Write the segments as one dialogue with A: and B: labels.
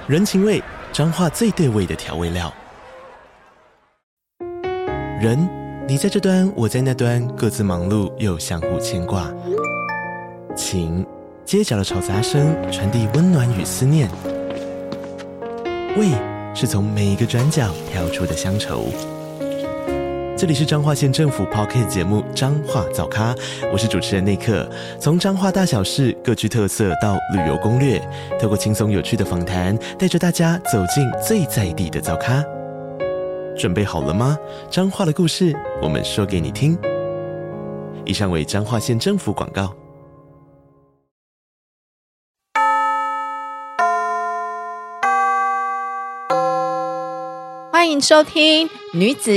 A: 人情味，彰化最对味的调味料。人，你在这端，我在那端，各自忙碌又相互牵挂。情，街角的吵杂声传递温暖与思念。味，是从每一个转角跳出的乡愁。这里是彰化县政府 Podcast 节目《彰化早咖》，我是主持人内克。从彰化大小事各具特色到旅游攻略，透过轻松有趣的访谈，带着大家走进最在地的早咖。准备好了吗？彰化的故事，我们说给你听。以上为彰化县政府广告。
B: 欢迎收听女子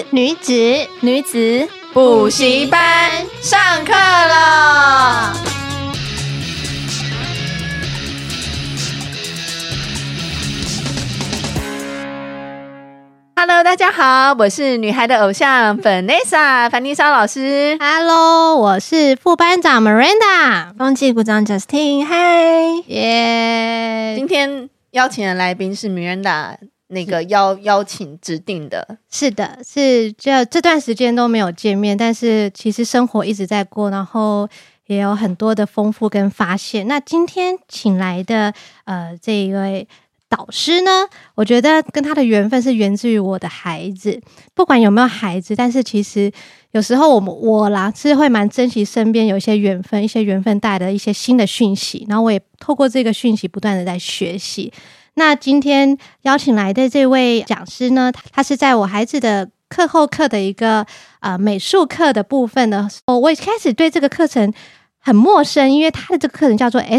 B: 补习班上课了。Hello， 大家好，我是女孩的偶像凡妮莎老师。
C: Hello， 我是副班长 Miranda，
D: 风纪股长 Justin。嗨，
B: 耶！今天邀请的来宾是 Miranda。那个邀请指定的，
C: 是的，是这段时间都没有见面，但是其实生活一直在过，然后也有很多的丰富跟发现。那今天请来的这一位导师呢，我觉得跟他的缘分是源自于我的孩子，不管有没有孩子，但是其实有时候我啦是会蛮珍惜身边有一些缘分带来的一些新的讯息，然后我也透过这个讯息不断的在学习。那今天邀请来的这位讲师呢，他是在我孩子的课后课的一个美术课的部分呢，我一开始对这个课程很陌生，因为他的这个课程叫做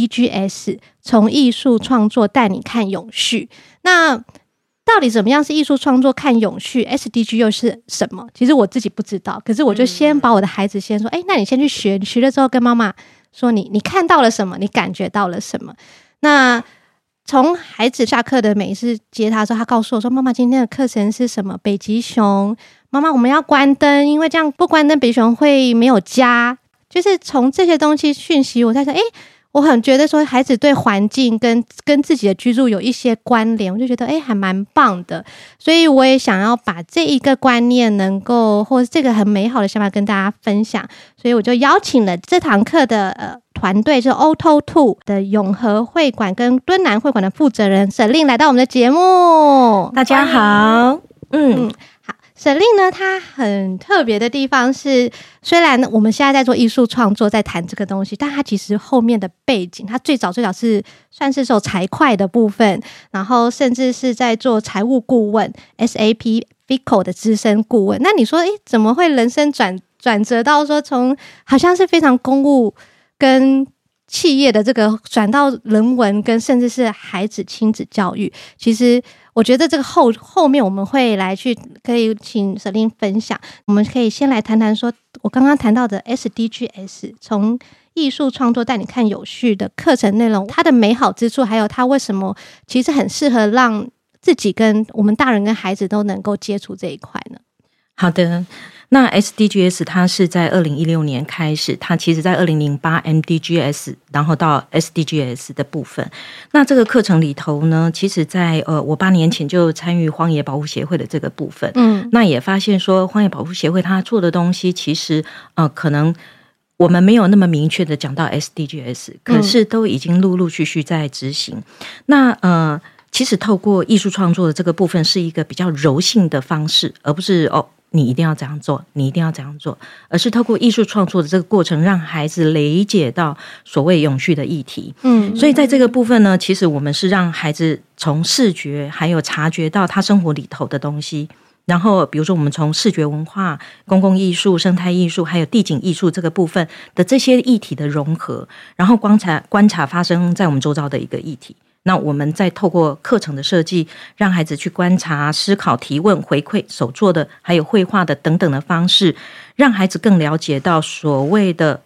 C: SDGs， 从艺术创作带你看永续。那到底怎么样是艺术创作看永续， SDG 又是什么？其实我自己不知道，可是我就先把我的孩子先说，那你先去学，你学了之后跟妈妈说你看到了什么，你感觉到了什么。那从孩子下课的每一次接他的时候，他告诉我说，妈妈今天的课程是什么？北极熊，妈妈我们要关灯，因为这样不关灯北极熊会没有家。就是从这些东西讯息我才说，我很觉得说孩子对环境跟自己的居住有一些关联，我就觉得还蛮棒的。所以我也想要把这一个观念能够或是这个很美好的想法跟大家分享，所以我就邀请了这堂课的团队，就是 Auto2 的永和会馆跟敦南会馆的负责人沈令来到我们的节目。
D: 大家好。
C: 好，沈令呢，他很特别的地方是，虽然我们现在在做艺术创作，在谈这个东西，但他其实后面的背景，他最早是算是做财会的部分，然后甚至是在做财务顾问 SAP FICO 的资深顾问。那你说怎么会人生转折到说从好像是非常公务跟企业的这个转到人文跟甚至是孩子亲子教育？其实我觉得这个后面我们会来可以请沈令分享。我们可以先来谈谈说我刚刚谈到的 SDGs， 从艺术创作带你看有序的课程内容，它的美好之处，还有它为什么其实很适合让自己跟我们大人跟孩子都能够接触这一块呢？
D: 好的，那 SDGs 它是在2016年开始，它其实在2008 MDGs 然后到 SDGs 的部分。那这个课程里头呢，其实在我8年前就参与荒野保护协会的这个部分，那也发现说荒野保护协会它做的东西其实可能我们没有那么明确的讲到 SDGs， 可是都已经陆陆续续在执行。那其实透过艺术创作的这个部分是一个比较柔性的方式，而不是你一定要这样做，你一定要这样做，而是透过艺术创作的这个过程，让孩子理解到所谓永续的议题。所以在这个部分呢，其实我们是让孩子从视觉还有察觉到他生活里头的东西。然后比如说我们从视觉文化、公共艺术、生态艺术还有地景艺术这个部分的这些议题的融合，然后观察发生在我们周遭的一个议题，那我们再透过课程的设计，让孩子去观察、思考、提问、回馈、手作的还有绘画的等等的方式，让孩子更了解到所谓的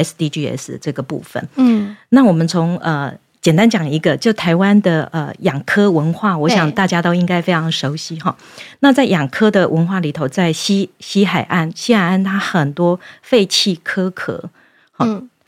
D: SDGs 这个部分。那我们从简单讲一个，就台湾的养科文化，我想大家都应该非常熟悉哈。那在养科的文化里头，在西海岸它很多废弃科壳，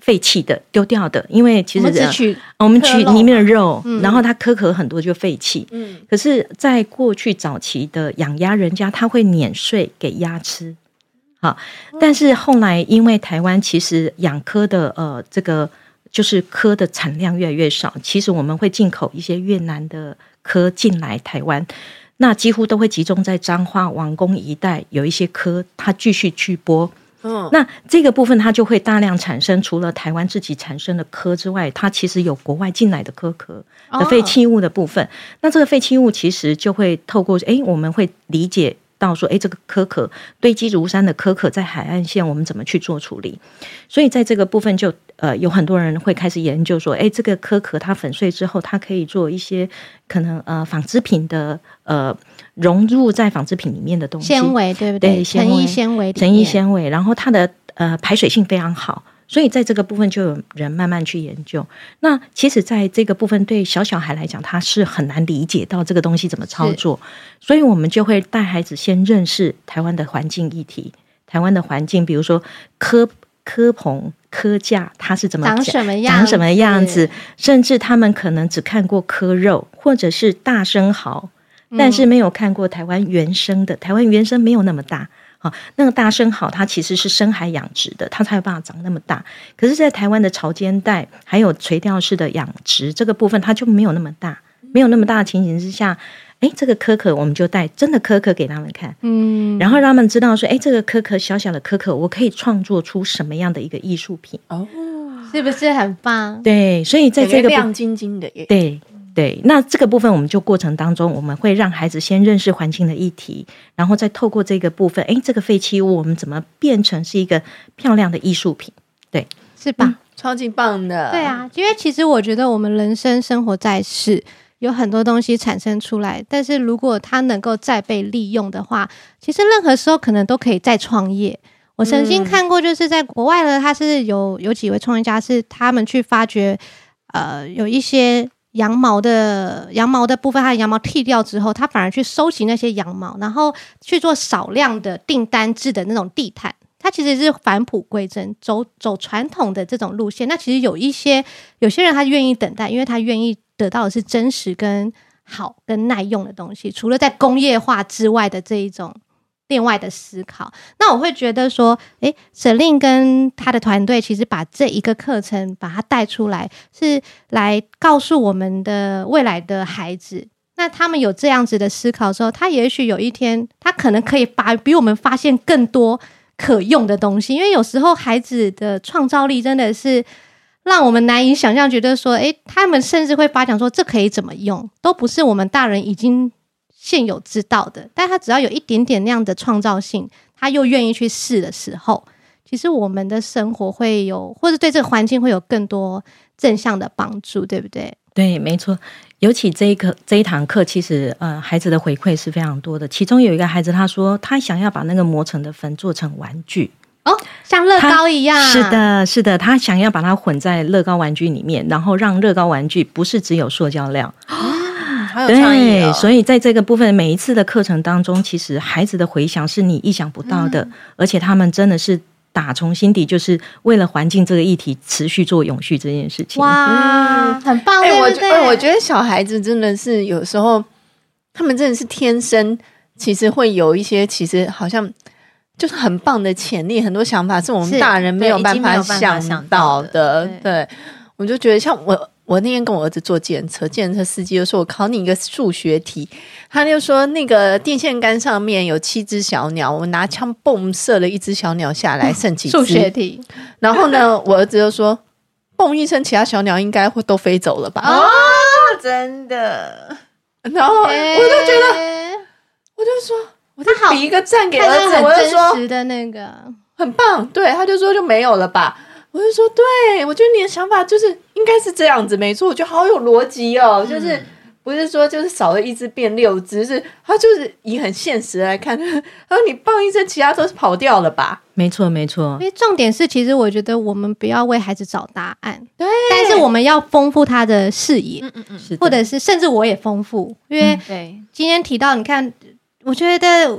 D: 废弃的丢掉的，因为其实
C: 我
D: 们取里面的肉，然后它壳很多就废弃。可是在过去早期的养鸭人家，他会碾碎给鸭吃。好，但是后来因为台湾其实养蚵的这个就是蚵的产量越来越少，其实我们会进口一些越南的蚵进来台湾，那几乎都会集中在彰化、王功一带，有一些蚵它继续去剥。那这个部分它就会大量产生，除了台湾自己产生的蚵之外，它其实有国外进来的蚵壳的废弃物的部分。那这个废弃物其实就会透过我们会理解到说，这个蚵壳堆积如山的蚵壳在海岸线我们怎么去做处理。所以在这个部分就有很多人会开始研究说，这个蚵壳它粉碎之后，它可以做一些可能纺织品的融入在纺织品里面的东西，
C: 纤维对不对？
D: 对，
C: 成衣纤维，
D: 成衣纤维，然后它的排水性非常好，所以在这个部分就有人慢慢去研究。那其实在这个部分对小孩来讲，他是很难理解到这个东西怎么操作，所以我们就会带孩子先认识台湾的环境议题，台湾的环境，比如说蚵棚、蚵架，它是怎么
C: 长什么样子，
D: 甚至他们可能只看过蚵肉或者是大生蚝，但是没有看过台湾原生的。台湾原生没有那么大，那个大生蚝它其实是深海养殖的，它才有办法长那么大。可是在台湾的潮间带还有垂钓式的养殖这个部分，它就没有那么大，没有那么大的情形之下，这个蚵壳我们就带真的蚵壳给他们看，然后让他们知道说，这个蚵壳小小的蚵壳，我可以创作出什么样的一个艺术品
C: 是不是很棒？
D: 对，所以在这个
B: 亮晶晶的耶，
D: 对，那这个部分我们就过程当中，我们会让孩子先认识环境的议题，然后再透过这个部分，这个废弃物我们怎么变成是一个漂亮的艺术品？对，
C: 是吧？
B: 超级棒的。
C: 对啊，因为其实我觉得我们人生活在世，有很多东西产生出来，但是如果它能够再被利用的话，其实任何时候可能都可以再创业。我曾经看过，就是在国外的，他是有几位创业家是他们去发掘，有一些羊毛的部分，它的羊毛剃掉之后，他反而去收集那些羊毛，然后去做少量的订单制的那种地毯。它其实是返璞归真，走传统的这种路线。那其实有些人他愿意等待，因为他愿意得到的是真实跟好跟耐用的东西，除了在工业化之外的这一种另外的思考。那我会觉得说Celine 跟他的团队其实把这一个课程把它带出来，是来告诉我们的未来的孩子，那他们有这样子的思考的时候，他也许有一天他可能可以比我们发现更多可用的东西。因为有时候孩子的创造力真的是让我们难以想象，觉得说他们甚至会发想说这可以怎么用，都不是我们大人已经现有知道的，但他只要有一点点那样的创造性，他又愿意去试的时候，其实我们的生活会有，或者对这个环境会有更多正向的帮助，对不对？
D: 对，没错。尤其这一堂课，其实孩子的回馈是非常多的。其中有一个孩子他说，他想要把那个磨成的粉做成玩具。
C: 像乐高一样。
D: 是的，他想要把它混在乐高玩具里面，然后让乐高玩具不是只有塑胶料。
B: 好有创意
D: 对，所以在这个部分每一次的课程当中，其实孩子的回响是你意想不到的，而且他们真的是打从心底就是为了环境这个议题持续做永续这件事情。
C: 哇，很棒，对不对？
B: 我觉得小孩子真的是有时候他们真的是天生其实会有一些其实好像就是很棒的潜力，很多想法是我们大人没有办法想到的。对，我就觉得像我那天跟我儿子坐计程车司机就说，我考你一个数学题，他就说那个电线杆上面有7只小鸟，我拿枪蹦射了1只小鸟下来，剩几只？
C: 数学题。然
B: 后呢，我儿子就说，蹦一声，其他小鸟应该会都飞走了吧？
E: 真的。
B: 然后我就觉得，我就说，我就比一个赞给儿子，我就说
C: 真实的那个
B: 很棒，对，他就说就没有了吧。我就说，对，我觉得你的想法就是应该是这样子，没错，我觉得好有逻辑哦，就是不是说就是少了1只变6只，是他就是以很现实来看，然后你放一声，其他都是跑掉了吧？
D: 没错。因
C: 为重点是，其实我觉得我们不要为孩子找答案，
B: 对，
C: 但是我们要丰富他的视野，或者是甚至我也丰富，因为今天提到，你看，我觉得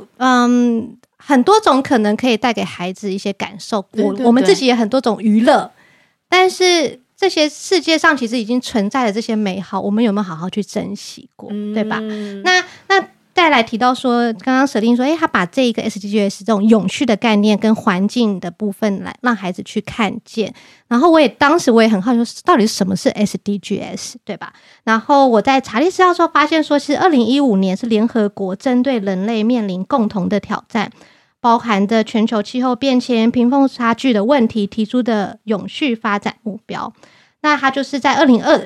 C: 很多种可能可以带给孩子一些感受，我们自己也很多种娱乐， 但是这些世界上其实已经存在的这些美好，我们有没有好好去珍惜过，对吧？那再来提到说，刚刚舍令说，他把这个 SDGs 这种永续的概念跟环境的部分来让孩子去看见。然后当时我也很好奇说，到底什么是 SDGs， 对吧？然后我在查历史的时候发现说，其实2015年是联合国针对人类面临共同的挑战，包含的全球气候变迁、贫富差距的问题提出的永续发展目标。那它就是在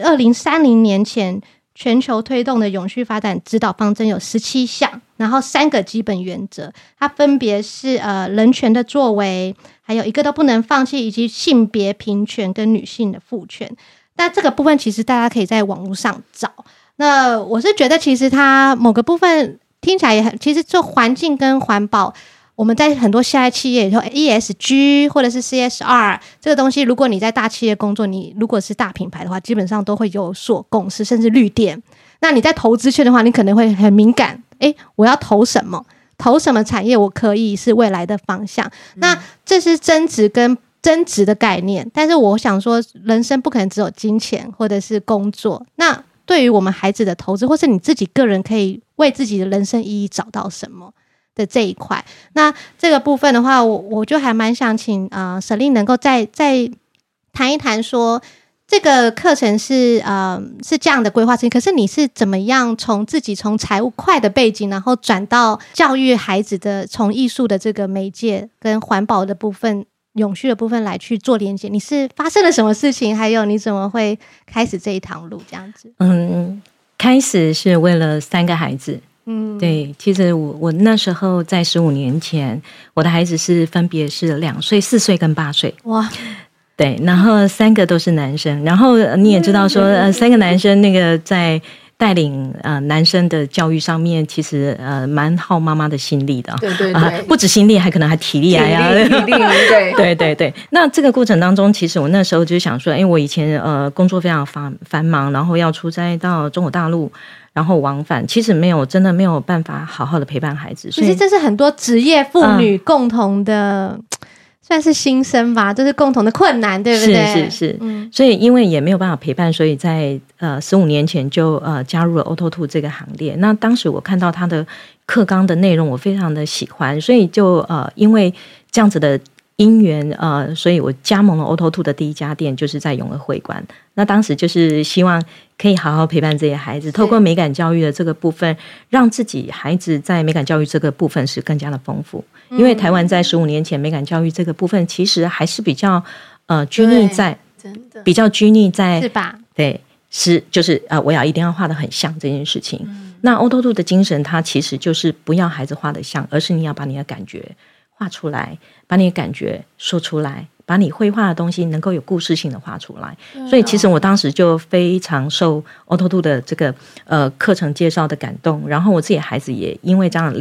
C: 2030年前全球推动的永续发展指导方针有17项，然后3个基本原则，它分别是人权的作为，还有一个都不能放弃，以及性别平权跟女性的赋权。那这个部分其实大家可以在网络上找。那我是觉得其实它某个部分听起来也很，其实做环境跟环保，我们在很多现在企业里头 ESG 或者是 CSR 这个东西，如果你在大企业工作，你如果是大品牌的话，基本上都会有所共识，甚至绿电。那你在投资圈的话，你可能会很敏感，我要投什么产业我可以是未来的方向。那这是增值的概念，但是我想说人生不可能只有金钱或者是工作，那对于我们孩子的投资，或是你自己个人可以为自己的人生意义找到什么的这一块。那这个部分的话，我就还蛮想请舍令能够再谈一谈说，这个课程是这样的规划事情，可是你是怎么样从财务快的背景，然后转到教育孩子的从艺术的这个媒介跟环保的部分、永续的部分来去做连接？你是发生了什么事情？还有你怎么会开始这一趟路这样子？
D: 开始是为了3个孩子。对，其实我那时候在15年前，我的孩子分别是2岁、4岁跟8岁。哇！对，然后3个都是男生，然后你也知道说，3个男生那个在带领男生的教育上面，其实蛮耗妈妈的心力的。
B: 对对对，
D: 不止心力，还可能还体力啊。
B: 体力对
D: 对对。那这个过程当中，其实我那时候就想说，我以前工作非常繁忙，然后要出差到中国大陆，然后往返，其实真的没有办法好好的陪伴孩子。
C: 其实这是很多职业妇女共同的。算是心声吧，这是共同的困难，对不对？
D: 是。所以因为也没有办法陪伴，所以在15年前就加入了 Auto2 这个行列。那当时我看到他的课纲的内容，我非常的喜欢，所以就因为这样子的因缘所以我加盟了 Auto2 的第一家店，就是在永和会馆。那当时就是希望可以好好陪伴这些孩子，透过美感教育的这个部分，让自己孩子在美感教育这个部分是更加的丰富。因为台湾在15年前美感教育这个部分其实还是比较拘泥在，
B: 真的
D: 比较拘泥在，
C: 是吧？
D: 对，就是我一定要画得很像这件事情。那 Auto2 的精神，它其实就是不要孩子画得像，而是你要把你的感觉画出来，把你的感觉说出来，把你绘画的东西能够有故事性的画出来。所以其实我当时就非常受 Auto2 的这个课程介绍的感动，然后我自己的孩子也因为这样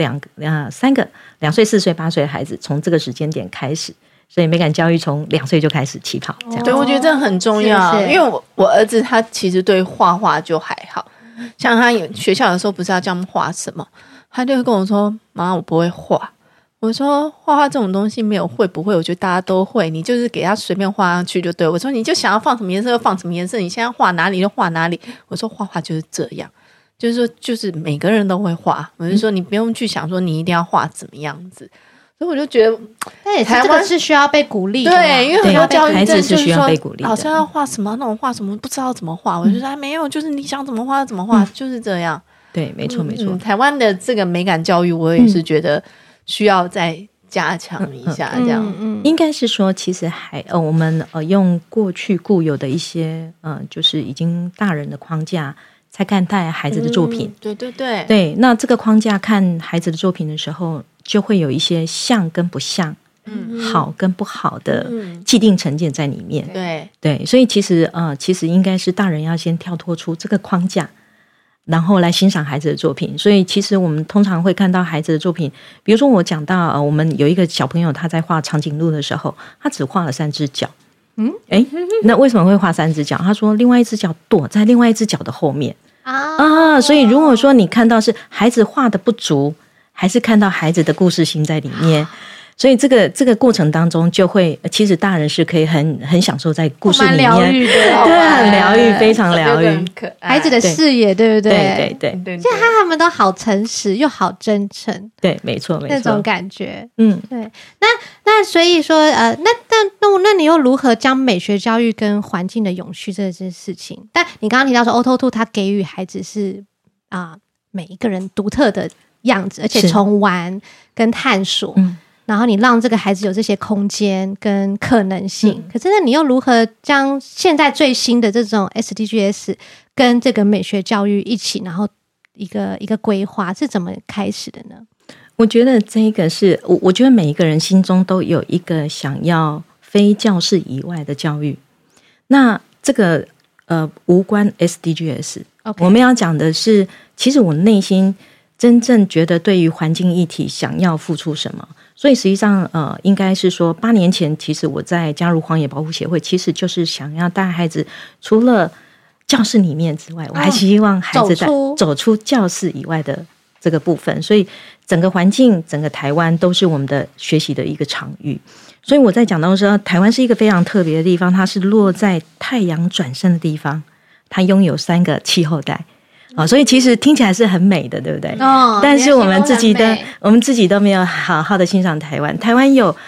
D: 3个2岁、4岁、8岁的孩子，从这个时间点开始，所以美感教育从2岁就开始起跑。这样
B: 对，我觉得这很重要，因为我儿子他其实对画画就还好，像他学校有时候不知道叫他们画什么，他就会跟我说：“妈，我不会画。”我说画画这种东西没有会不会，我觉得大家都会，你就是给他随便画上去就对。我说你就想要放什么颜色就放什么颜色，你现在画哪里就画哪里。我说画画就是这样，就是说就是每个人都会画，我就说你不用去想说你一定要画怎么样子。所以我就觉得，
C: 但也是这个是需要被鼓励的，
B: 对，因为很多教育
D: 孩子是需要被鼓励的，
B: 老师要画什么那种画什么不知道怎么画，我就说没有，就是你想怎么画怎么画，就是这样。
D: 对，没错没错。
B: 台湾的这个美感教育，我也是觉得需要再加强一下，这样。
D: 应该是说，其实我们用过去固有的一些就是已经大人的框架才看待孩子的作品。对，那这个框架看孩子的作品的时候，就会有一些像跟不像，好跟不好的既定成见在里面。对，所以其实应该是大人要先跳脱出这个框架，然后来欣赏孩子的作品。所以其实我们通常会看到孩子的作品，比如说我讲到我们有一个小朋友，他在画长颈鹿的时候，他只画了3只脚。那为什么会画3只脚？他说另外一只脚躲在另外一只脚的后面所以如果说你看到是孩子画的不足，还是看到孩子的故事性在里面， 所以这个过程当中就会，其实大人是可以很享受在故事里面，
C: 蛮疗愈的，
D: 对，很疗愈，非常疗愈，
C: 孩子的视野，对不对？
D: 对，
C: 就他们都好诚实又好真诚，
D: 对，没错，
C: 那种感觉，对。那所以说，那你又如何将美学教育跟环境的永续这件事情？但你刚刚提到说 Auto2 它给予孩子是每一个人独特的样子，而且从玩跟探索，然后你让这个孩子有这些空间跟可能性。可是那你又如何将现在最新的这种 SDGs 跟这个美学教育一起，然后一个规划是怎么开始的呢？
D: 我觉得这个是我觉得每一个人心中都有一个想要非教室以外的教育。那这个无关 SDGs，我们要讲的是，其实我内心真正觉得对于环境议题想要付出什么。所以实际上应该是说8年前，其实我在加入荒野保护协会，其实就是想要带孩子除了教室里面之外，我还希望孩子走出教室以外的这个部分。所以整个环境，整个台湾都是我们的学习的一个场域。所以我在讲到说，台湾是一个非常特别的地方，它是落在太阳转身的地方，它拥有3个气候带。所以其实听起来是很美的，对不对？但是我们自己都没有好好的欣赏台湾。台湾有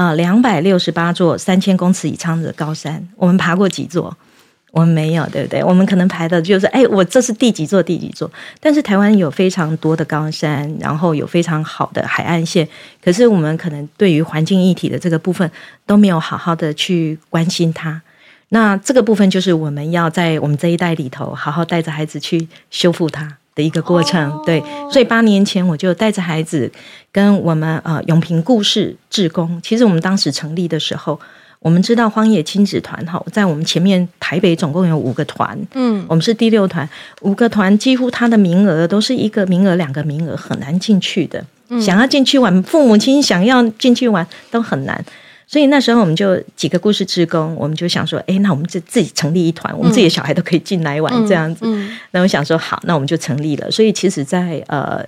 D: 268座3000公尺以上的高山，我们爬过几座？我们没有，对不对？我们可能排的就是我这是第几座。但是台湾有非常多的高山，然后有非常好的海岸线，可是我们可能对于环境议题的这个部分都没有好好的去关心它。那这个部分就是我们要在我们这一代里头好好带着孩子去修复它的一个过程。对，所以8年前我就带着孩子跟我们永平故事志工。其实我们当时成立的时候，我们知道荒野亲子团在我们前面台北总共有5个团，我们是第6团，5个团几乎它的名额都是1个名额2个名额，很难进去的。想要进去玩，父母亲想要进去玩都很难。所以那时候我们就几个故事志工，我们就想说，那我们就自己成立一团，我们自己的小孩都可以进来玩这样子。那我想说好，那我们就成立了。所以其实在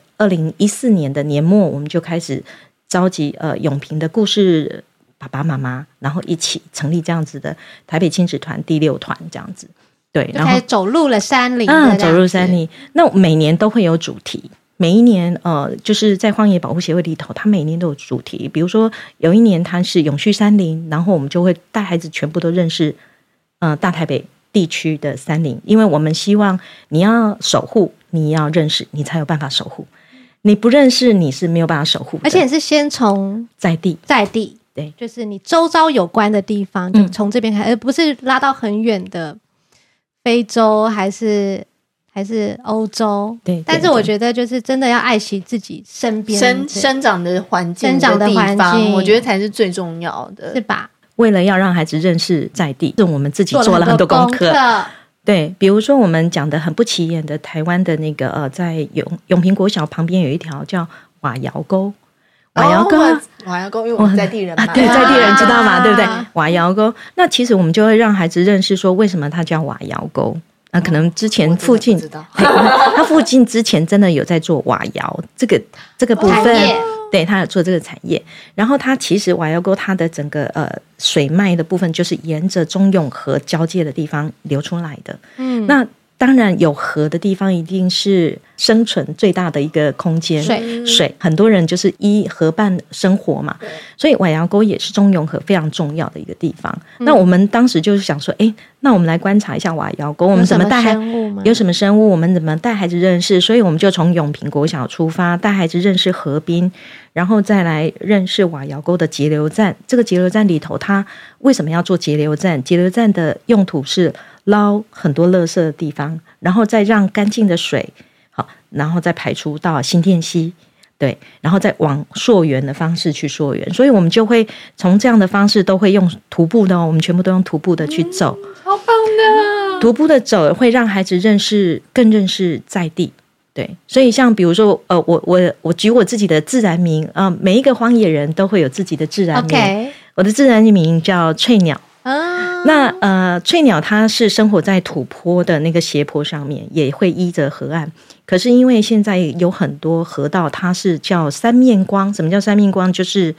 D: 2014年的年末，我们就开始召集永平的故事爸爸妈妈，然后一起成立这样子的台北亲子团第6团这样子。对，然后
C: 走入了山林，
D: 走入山林。那每年都会有主题。每一年就是在荒野保护协会里头，它每年都有主题。比如说有一年它是永续山林，然后我们就会带孩子全部都认识大台北地区的山林，因为我们希望你要守护，你要认识，你才有办法守护。你不认识，你是没有办法守护的。
C: 而且是先从在地，
D: 对，
C: 就是你周遭有关的地方，就从这边开，而不是拉到很远的非洲还是欧洲。
D: 对，
C: 但是我觉得就是真的要爱惜自己身边
B: 生长的环境的地方，我觉得才是最重要的，
C: 是吧？
D: 为了要让孩子认识在地，我们自己做了很多功课。对，比如说我们讲的很不起眼的台湾的那个在永平国小旁边有一条叫瓦窑沟。瓦窑沟，因为我们在地人嘛，对，在地人知道嘛，对不对？瓦窑沟，那其实我们就会让孩子认识说为什么它叫瓦窑沟。那可能之前附近，他附近之前真的有在做瓦窑这个部分，对，他有做这个产业。然后他其实瓦窑沟它的整个水脉的部分，就是沿着中永河交界的地方流出来的。那当然有河的地方一定是生存最大的一个空间，水很多人就是依河畔生活嘛，所以瓦窑沟也是中永河非常重要的一个地方。那我们当时就是想说，那我们来观察一下瓦窑沟，我们怎么带有什么生物，我们怎么带孩子认识？所以我们就从永平国小出发，带孩子认识河滨，然后再来认识瓦窑沟的节流站。这个节流站里头，它为什么要做节流站？节流站的用途是捞很多垃圾的地方，然后再让干净的水好，然后再排出到新店溪，对，然后再往溯源的方式去溯源。所以我们就会从这样的方式都会用徒步的我们全部都用徒步的去走，
B: 好棒的！
D: 徒步的走会让孩子更认识在地。对，所以像比如说我举我自己的自然名每一个荒野人都会有自己的自然名。我的自然名叫翠鸟。那翠鸟它是生活在土坡的那个斜坡上面，也会依着河岸。可是因为现在有很多河道，它是叫三面光。什么叫三面光？就是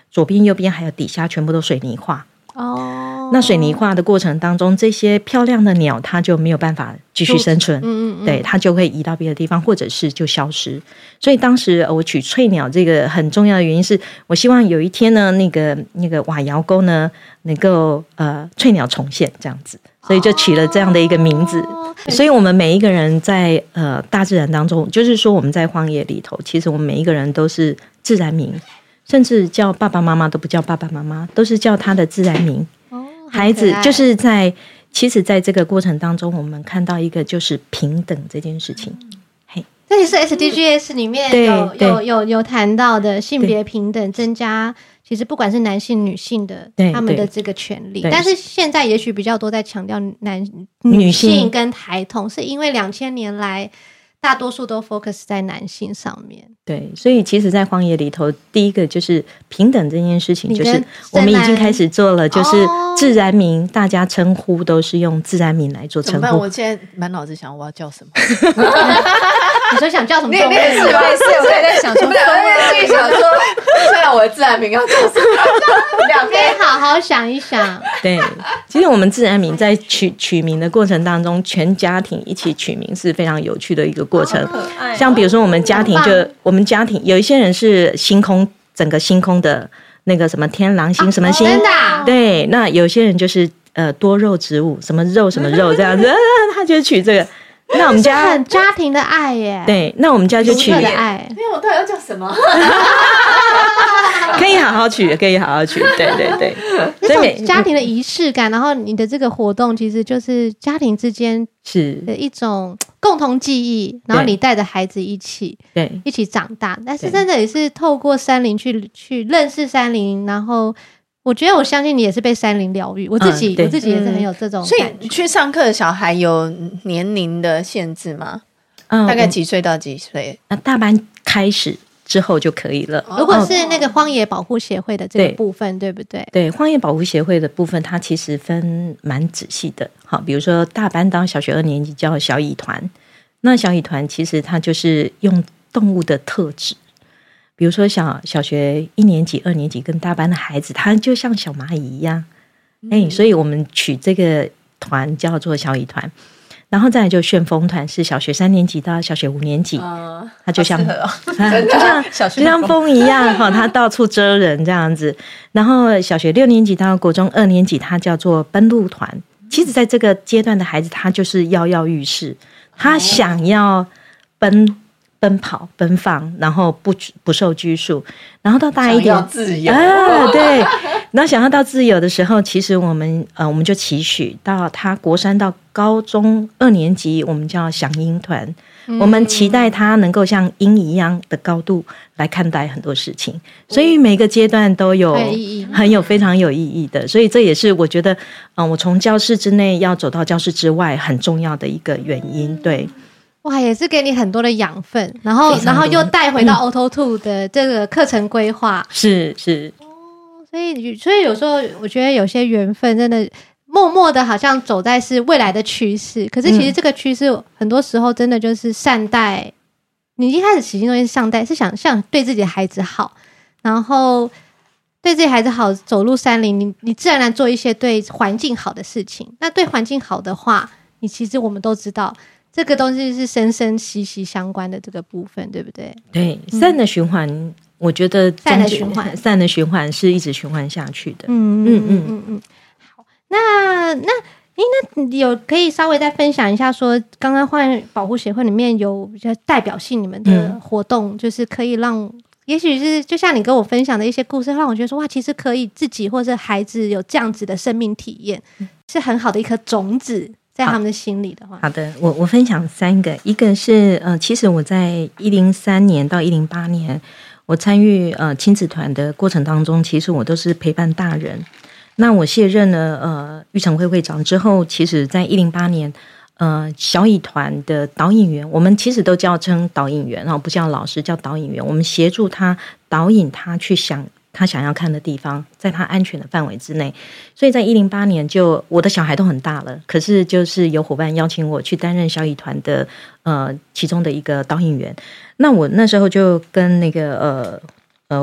D: 左边右边还有底下全部都水泥化。那水泥化的过程当中，这些漂亮的鸟它就没有办法继续生存，对，它就会移到别的地方，或者是就消失。所以当时我取翠鸟这个很重要的原因是，我希望有一天呢，那个瓦窑沟呢能够翠鸟重现这样子，所以就取了这样的一个名字。所以我们每一个人在大自然当中，就是说我们在荒野里头，其实我们每一个人都是自然名。甚至叫爸爸妈妈都不叫爸爸妈妈，都是叫他的自然名。孩子就是其实在这个过程当中，我们看到一个就是平等这件事情。
C: 这也是 SDGs 里面有谈到的性别平等，增加其实不管是男性女性的他们的这个权利，但是现在也许比较多在强调女性跟孩童，是因为2000年来大多数都 focus 在男性上面。
D: 对，所以其实在荒野里头，第一个就是平等这件事情，就是我们已经开始做了，就是自然名，大家称呼都是用自然名来做称呼。
B: 怎么办？我现在满脑子想我要叫什么。
C: 你说想叫什么？
E: 你也是吧？我也在想说，我也想说，虽然我的自然名要叫什么，
C: 可以好好想一想。
D: 对，其实我们自然名在取名的过程当中，全家庭一起取名是非常有趣的一个过程。像比如说我们家庭我们家庭有一些人是星空，整个星空的那个什么天狼星什么星，
C: 真的啊？
D: 对，那有些人就是多肉植物，什么肉什么肉这样子，他就取这个。那我们家
C: 很家庭的爱耶。
D: 对，那我们家就取
C: 的爱。
B: 因为我到底要叫什么？
D: 可以好好取，可以好好取，对对对。
C: 这种家庭的仪式感，然后你的这个活动其实就是家庭之间是的一种共同记忆，然后你带着孩子一起长大，但是真的也是透过山林去认识山林，然后我觉得我相信你也是被山林疗愈，我自己也是很有这种感觉。
B: 所以去上课的小孩有年龄的限制吗？大概几岁到几岁？
D: 大班开始之后就可以了。
C: 如果是那个荒野保护协会的这个部分，对不对？
D: 对，荒野保护协会的部分，它其实分蛮仔细的。好，比如说大班到小学2年级叫小蚁团，那小蚁团其实它就是用动物的特质。比如说小学1年级、2年级跟大班的孩子，他就像小蚂蚁一样，所以我们取这个团叫做小蚁团。然后再来就旋风团，是小学3年级到小学5年级，它就像就像风一样哈，它到处蜇人这样子。然后小学6年级到国中2年级，它叫做奔路团。其实在这个阶段的孩子，他就是跃跃欲试，他想要奔跑奔放，然后不受拘束，然后到大一点
B: 想要自由
D: 对，然后想要到自由的时候，其实我们就期许到他国3到高中2年级，我们叫响鹰团，我们期待他能够像鹰一样的高度来看待很多事情，所以每个阶段都有非常有意义的，所以这也是我觉得我从教室之内要走到教室之外很重要的一个原因。对。
C: 哇，也是给你很多的养分，然后又带回到 Auto2 的这个课程规划，
D: 是
C: 所以有时候我觉得有些缘分真的默默的好像走在是未来的趋势，可是其实这个趋势很多时候真的就是善待，你一开始起心动念善待，是想对自己的孩子好，然后对自己孩子好，走入山林，你自然而然做一些对环境好的事情。那对环境好的话，你其实我们都知道这个东西是深深息息相关的这个部分，对不对？
D: 对，善的循环，我觉得善的循环是一直循环下去的。
C: 好，那有可以稍微再分享一下说，刚刚荒野保护协会里面有比较代表性你们的活动，就是可以让，也许是就像你跟我分享的一些故事，让我觉得说哇，其实可以自己或者孩子有这样子的生命体验，是很好的一颗种子。在他们的心里的话，
D: 好的，我分享3个，一个是其实我在103年到108年，我参与亲子团的过程当中，其实我都是陪伴大人。那我卸任了育成会会长之后，其实在108年，小蚁团的导引员，我们其实都叫称导引员，然后不叫老师，叫导引员，我们协助他导引他去他想要看的地方，在他安全的范围之内。所以在108年就我的小孩都很大了，可是就是有伙伴邀请我去担任小蚁团的其中的一个导引员。那我那时候就跟那个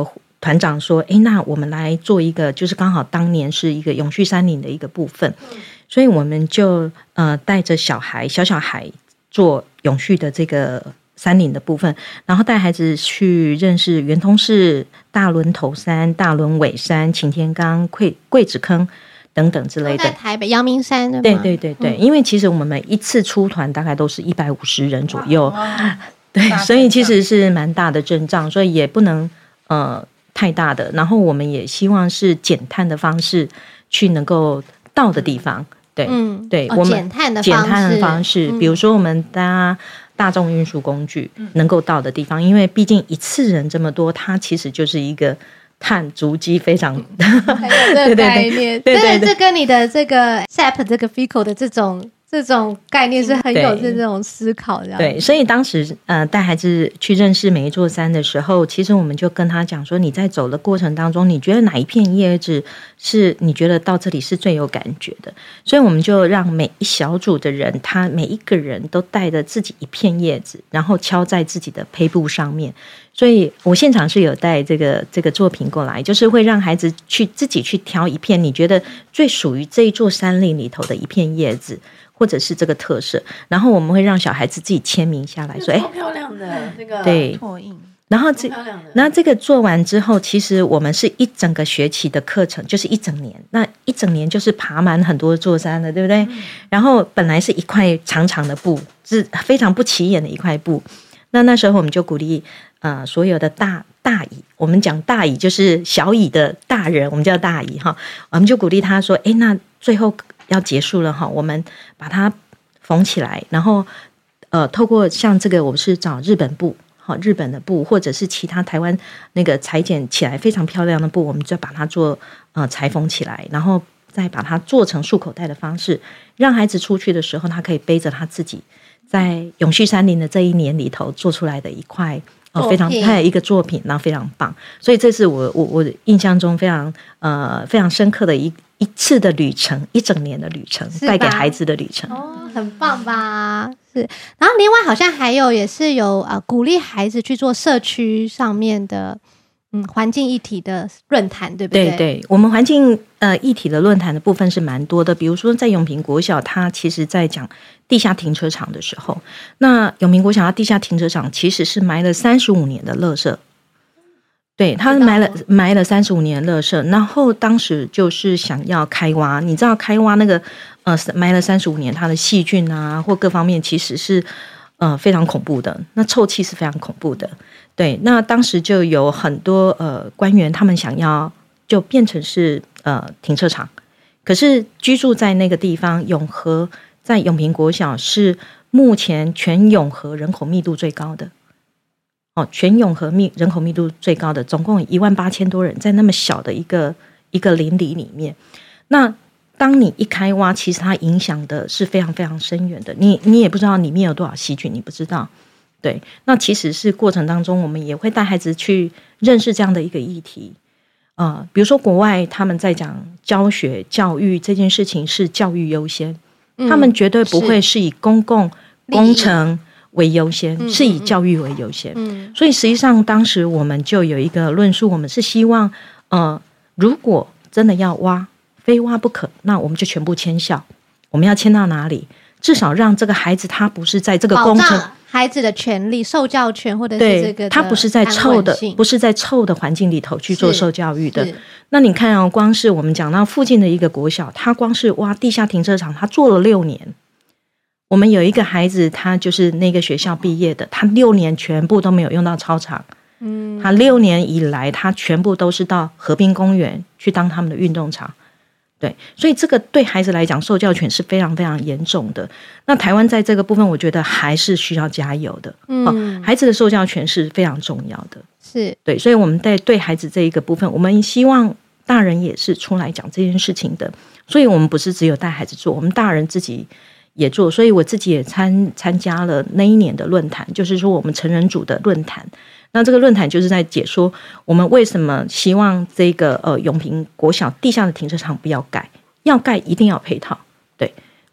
D: 团长说那我们来做一个，就是刚好当年是一个永续山林的一个部分，所以我们就带着小孩做永续的这个山林的部分，然后带孩子去认识圆通寺、大轮头山、大轮尾山、擎天岗、桂子坑等等之类的。
C: 在台北阳明山对吗？
D: 对，因为其实我们每一次出团大概都是150人左右，对，所以其实是蛮大的阵仗，所以也不能太大的。然后我们也希望是减碳的方式去能够到的地方。对，我们
C: 减碳的
D: 方式，比如说我们搭大众运输工具能够到的地方，因为毕竟一次人这么多，它其实就是一个碳足迹非常
C: 很有这个概念。对，这跟你的这个 SAP 这个 FICO 的这种概念是很有这种思考的。
D: 对，所以当时带孩子去认识每一座山的时候，其实我们就跟他讲说，你在走的过程当中，你觉得哪一片叶子是你觉得到这里是最有感觉的？所以我们就让每一小组的人，他每一个人都带着自己一片叶子，然后敲在自己的胚布上面。所以我现场是有带这个作品过来，就是会让孩子自己去挑一片你觉得最属于这一座山林里头的一片叶子，或者是这个特色，然后我们会让小孩子自己签名下来说
B: 超漂亮的那个拓印。
D: 然后这个做完之后，其实我们是一整个学期的课程，就是一整年。那一整年就是爬满很多座山的，对不对？然后本来是一块长长的布，是非常不起眼的一块布。那时候我们就鼓励所有的大乙，我们讲大乙就是小乙的大人，我们叫大乙哈。我们就鼓励他说，那最后要结束了哈，我们把它缝起来，然后透过像这个，我们是找日本布。日本的布，或者是其他台湾那个裁剪起来非常漂亮的布，我们就把它做裁缝起来，然后再把它做成束口袋的方式，让孩子出去的时候，他可以背着他自己在永续山林的这一年里头做出来的一块非常一个作品，然后非常棒。所以这是我印象中非常深刻的一次的旅程，一整年的旅程，带给孩子的旅程。
C: 很棒吧？是。然后另外好像还有也是有鼓励孩子去做社区上面的环境议题的论坛，对不对？
D: 对，我们环境议题的论坛的部分是蛮多的。比如说在永平国小，它其实在讲地下停车场的时候，那永平国小它地下停车场其实是埋了35年的垃圾。对，他埋了35年的垃圾，然后当时就是想要开挖，你知道开挖那个埋了35年，它的细菌啊或各方面其实是非常恐怖的，那臭气是非常恐怖的。对，那当时就有很多官员他们想要就变成是停车场，可是居住在那个地方永和在永平国小是目前全永和人口密度最高的。全永和人口密度最高的，总共18000多人，在那么小的一个邻里里面。那当你一开挖，其实它影响的是非常非常深远的。你也不知道里面有多少细菌，你不知道。对，那其实是过程当中，我们也会带孩子去认识这样的一个议题。比如说国外他们在讲教学教育这件事情是教育优先，他们绝对不会是以公共工程为优先，是以教育为优先。所以实际上当时我们就有一个论述，我们是希望如果真的要挖，非挖不可，那我们就全部迁校。我们要迁到哪里？至少让这个孩子他不是在这个工程，
C: 孩子的权利、受教权，或者是这个
D: 他不是在臭的环境里头去做受教育的。那你看光是我们讲到附近的一个国小，他光是挖地下停车场，他做了6年。我们有一个孩子，他就是那个学校毕业的，他6年全部都没有用到操场。他6年以来，他全部都是到河滨公园去当他们的运动场。对，所以这个对孩子来讲，受教权是非常非常严重的。那台湾在这个部分，我觉得还是需要加油的。孩子的受教权是非常重要的。
C: 是
D: 对，所以我们在对孩子这一个部分，我们希望大人也是出来讲这件事情的。所以我们不是只有带孩子做，我们大人自己也做。所以我自己也参加了那一年的论坛，就是说我们成人组的论坛。那这个论坛就是在解说我们为什么希望这个永平国小地下的停车场不要盖，要盖一定要配套。对，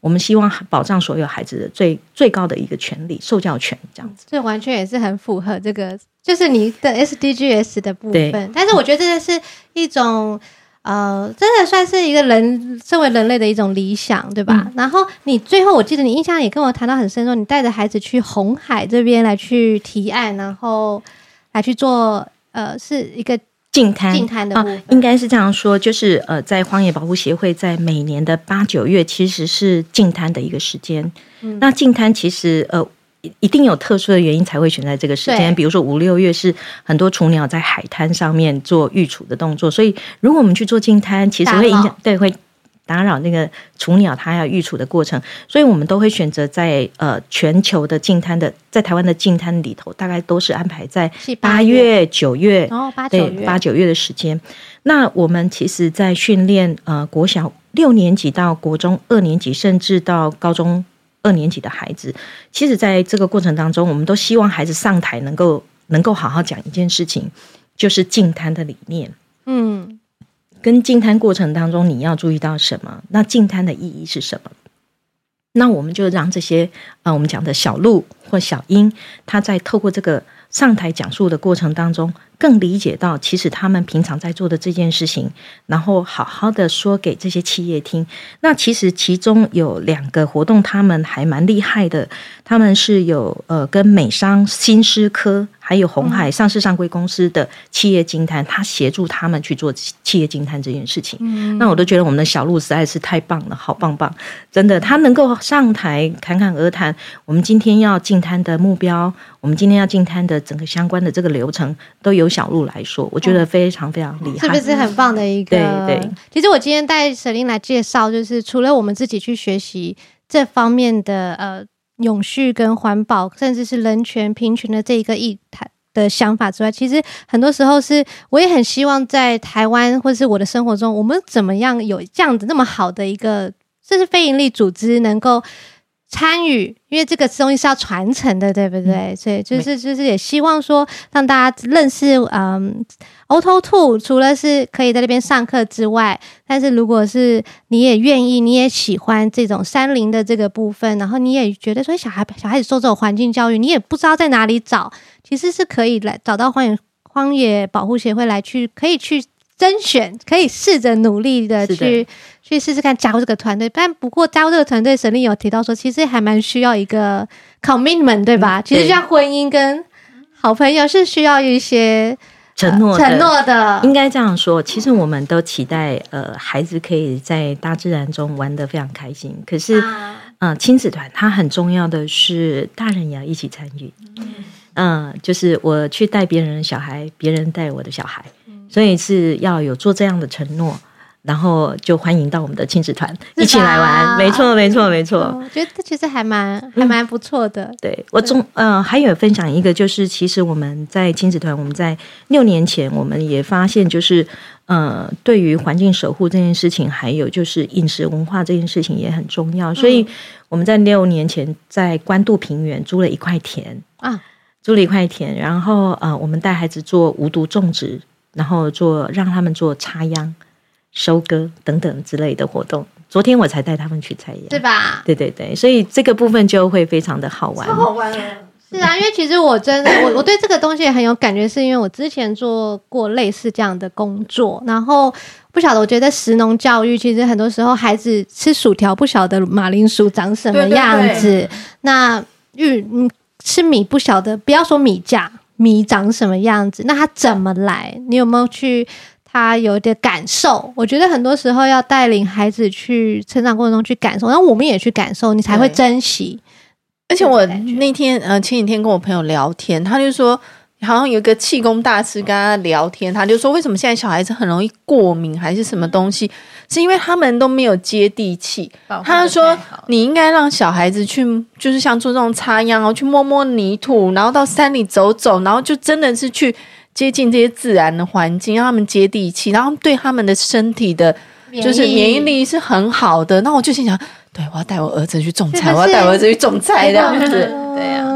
D: 我们希望保障所有孩子的最高的一个权利，受教权这样子。
C: 这完全也是很符合这个，就是你的 SDGs 的部分。但是我觉得这是一种真的算是一个身为人类的一种理想，对吧？然后你最后我记得你印象也跟我谈到很深，说你带着孩子去红海这边来去提案，然后来去做是一个净滩的部分，
D: 应该是这样说，就是在荒野保护协会在每年的8、9月其实是净滩的一个时间。那净滩其实一定有特殊的原因才会选在这个时间，比如说5、6月是很多雏鸟在海滩上面做育雏的动作，所以如果我们去做净滩，其实会影响，对，会打扰那个雏鸟它要育雏的过程，所以我们都会选择在全球的净滩的，在台湾的净滩里头，大概都是安排在8月、9月，对8、9月的时间。那我们其实在训练国小6年级到国中2年级，甚至到高中2年级的孩子，其实在这个过程当中，我们都希望孩子上台能够好好讲一件事情，就是净滩的理念。跟净滩过程当中你要注意到什么？那净滩的意义是什么？那我们就让这些我们讲的小鹿或小鹰，他在透过这个上台讲述的过程当中，更理解到其实他们平常在做的这件事情，然后好好的说给这些企业听。那其实其中有2个活动他们还蛮厉害的，他们是有跟美商新思科还有鸿海上市上柜公司的企业净滩，他协助他们去做企业净滩这件事情。那我都觉得我们的小鹿实在是太棒了，好棒棒，真的，他能够上台侃侃而谈我们今天要净滩的目标，我们今天要净滩的整个相关的这个流程，都由小鹿来说，我觉得非常非常厉害，
C: 是不是很棒的一个？
D: 对。
C: 其实我今天带Celine来介绍，就是除了我们自己去学习这方面的永续跟环保，甚至是人权平权的这一个议题的想法之外，其实很多时候是我也很希望在台湾或是我的生活中，我们怎么样有这样子那么好的一个，这是非营利组织能够参与，因为这个东西是要传承的，对不对？所以就是也希望说让大家认识Auto2，除了是可以在那边上课之外，但是如果是你也愿意，你也喜欢这种山林的这个部分，然后你也觉得说小孩子受这种环境教育，你也不知道在哪里找，其实是可以来找到荒野保护协会来可以去甄选，可以试着努力的去试试看加入这个团队。但不过加入这个团队，Celine有提到说其实还蛮需要一个 commitment， 对吧？其实像婚姻跟好朋友是需要一些承诺的。
D: 应该这样说，其实我们都期待孩子可以在大自然中玩得非常开心，可是亲子团它很重要的是大人也要一起参与。就是我去带别人的小孩，别人带我的小孩，所以是要有做这样的承诺，然后就欢迎到我们的亲子团一起来玩。没错。
C: 我觉得这其实还蛮不错的。
D: 对，我还有分享一个，就是其实我们在亲子团，我们在6年前我们也发现，就是对于环境守护这件事情，还有就是饮食文化这件事情也很重要，所以我们在6年前在关渡平原租了一块田然后我们带孩子做无毒种植，然后让他们做插秧、收割等等之类的活动。昨天我才带他们去采秧，
C: 对吧？
D: 对，所以这个部分就会非常的好玩，
C: 超好玩了。是啊，因为其实我真的我对这个东西也很有感觉，是因为我之前做过类似这样的工作，然后不晓得，我觉得食农教育其实很多时候孩子吃薯条不晓得马铃薯长什么样子，对，那吃米不晓得，不要说米长什么样子，那它怎么来？你有没有去他有点感受？我觉得很多时候要带领孩子去成长过程中去感受，然后我们也去感受，你才会珍惜。
B: 而且我那天前几天跟我朋友聊天，他就说好像有一个气功大师跟他聊天，他就说为什么现在小孩子很容易过敏还是什么东西，是因为他们都没有接地气。他就说你应该让小孩子去，就是像做这种插秧去摸摸泥土，然后到山里走走，然后就真的是去接近这些自然的环境，让他们接地气，然后对他们的身体的就是免疫力是很好的。那我就心想，对，我要带我儿子去种菜，我要带我儿子去种菜这样子。
E: 对啊。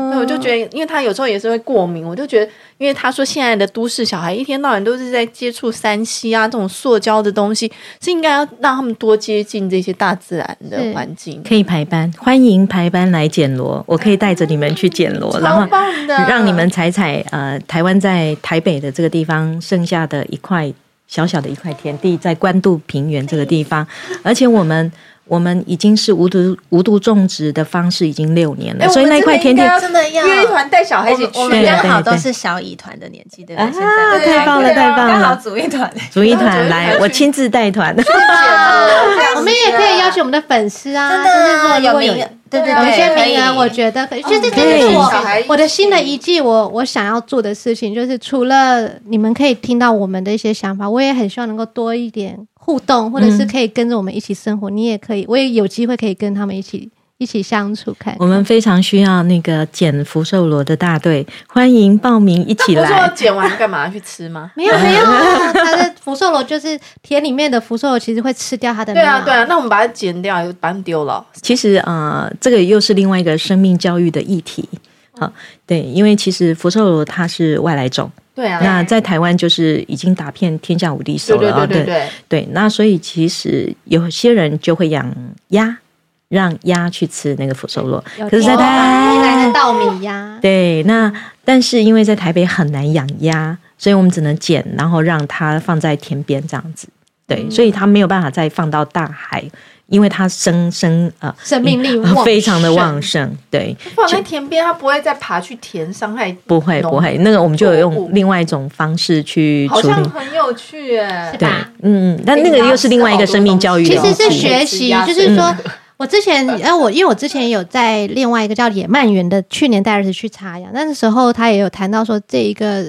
B: 我就觉得，因为他有时候也是会过敏，我就觉得，因为他说现在的都市小孩一天到晚都是在接触3C啊这种塑胶的东西，是应该要让他们多接近这些大自然的环境。
D: 可以排班，欢迎排班来捡螺，我可以带着你们去捡螺，然后让你们踩台湾在台北的这个地方剩下的一块小小的一块田地，在关渡平原这个地方，而且我们已经是无毒种植的方式已经6年了，所以那块田地
E: 真的要
B: 约一团带小孩一起去，
E: 我们刚好都是小乙团的年纪，对不对？
D: 太棒了，太棒了！
E: 刚好组一团
D: 来，我亲自带团。
C: 我们也可以邀请我们的粉丝啊，
E: 真的有名，对，
C: 有一些名人，我觉得可以。就是这是我的新的一季，我想要做的事情，就是除了你们可以听到我们的一些想法，我也很希望能够多一点互动，或者是可以跟着我们一起生活。你也可以，我也有机会可以跟他们一起相处看。
D: 我们非常需要那个捡福寿螺的大队，欢迎报名一起来。
B: 不是说捡完干嘛去吃吗？
C: 没有，它的福寿螺就是田里面的福寿螺，其实会吃掉它的苗。
B: 对啊，那我们把它剪掉，把它丢了。
D: 其实这个又是另外一个生命教育的议题。好，对，因为其实福寿螺它是外来种。
B: 对啊，
D: 那在台湾就是已经打遍天下无敌手了。对，那所以其实有些人就会养鸭，让鸭去吃那个福寿螺。可是在台
C: 南的稻米鸭，
D: 对，但是因为在台北很难养鸭，所以我们只能捡，然后让它放在田边这样子。对，所以它没有办法再放到大海。因为它生
C: 命力
D: 非常的旺盛，对，
B: 放在田边，它不会再爬去田伤害。
D: 不会，那个我们就有用另外一种方式去处理，
B: 好像很有趣耶，
C: 是吧？
D: 但那个又是另外一个生命教育，
C: 其实是学习，就是说。我之前，因为我之前也有在另外一个叫野曼园的，去年带儿子去插秧，那时候他也有谈到说这一个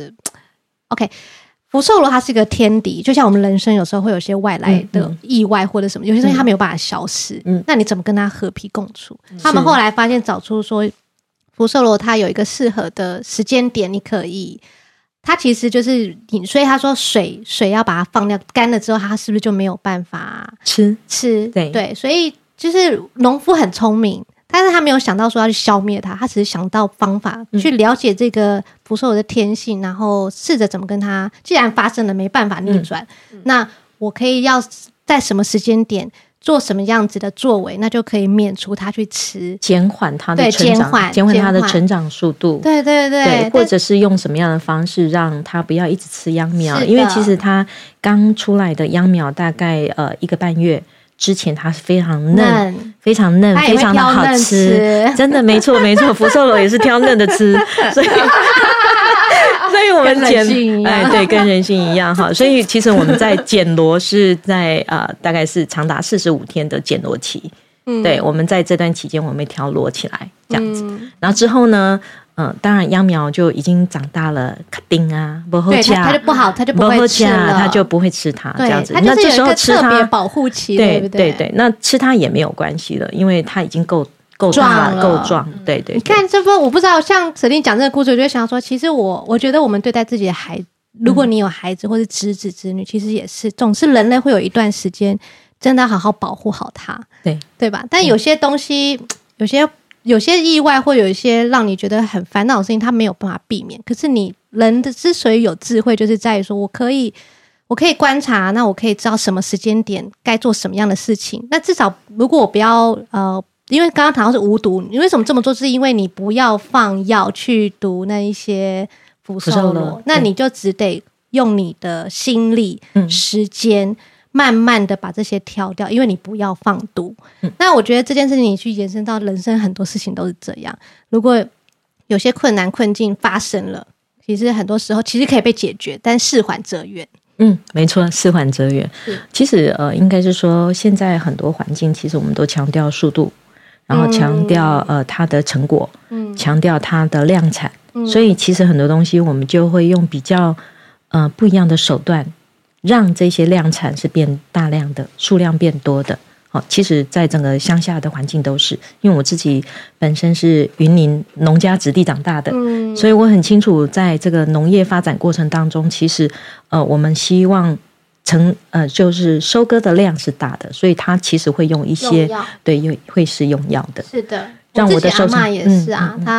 C: ，OK。福寿螺它是一个天敌，就像我们人生有时候会有些外来的意外或者什么，有些东西它没有办法消失，那你怎么跟它和平共处？他们后来发现找出说，福寿螺它有一个适合的时间点，你可以，它其实就是你，所以他说水要把它放掉，干了之后它是不是就没有办法吃？对，所以就是农夫很聪明。但是他没有想到说要去消灭它，他只是想到方法去了解这个福寿螺的天性，然后试着怎么跟它，既然发生了没办法逆转，那我可以要在什么时间点做什么样子的作为，那就可以免除它去吃，
D: 减缓它的成长，减缓它的成长速度。
C: 对，
D: 或者是用什么样的方式让它不要一直吃秧苗，因为其实它刚出来的秧苗大概1个半月。之前它是非常嫩，非常嫩，非常的好吃，真的没错，福寿螺也是挑嫩的吃，所以我们捡，对，跟人性一样哈。所以其实我们在捡螺是在大概是长达45天的捡螺期，对，我们在这段期间我们会挑螺起来这样子，然后之后呢。当然秧苗就已经长大了，卡丁啊，不好吃，
C: 它就不好，它就不会吃了，
D: 它就不会吃它这样子。
C: 它就是有一个特别保护期，对不对？
D: 对，那吃它也没有关系了，因为它已经够大了，够壮。对。
C: 你看这份，我不知道，像舍令讲这个故事，我就想说，其实我觉得我们对待自己的孩子，如果你有孩子或是侄子侄女，其实也是，总是人类会有一段时间真的好好保护好它，对吧？但有些东西，有些意外或有一些让你觉得很烦恼的事情，它没有办法避免。可是你人的之所以有智慧，就是在于说我可以观察，那我可以知道什么时间点该做什么样的事情。那至少如果我不要因为刚刚谈到是无毒，你为什么这么做？是因为你不要放药去毒那一些福寿螺，那你就只得用你的心力、时间。慢慢的把这些挑掉，因为你不要放毒。那我觉得这件事情你去延伸到人生很多事情都是这样。如果有些困难困境发生了，其实很多时候其实可以被解决，但事缓则圆。
D: 没错，事缓则圆。其实应该是说现在很多环境其实我们都强调速度，然后强调它的成果，强调它的量产，所以其实很多东西我们就会用比较不一样的手段。让这些量产是变大量的，数量变多的。其实在整个乡下的环境都是，因为我自己本身是云林农家子弟长大的，所以我很清楚在这个农业发展过程当中，其实我们希望就是收割的量是大的，所以它其实会用一些对会是用药的。
C: 是的，
D: 让我的
C: 阿嬷也是啊，她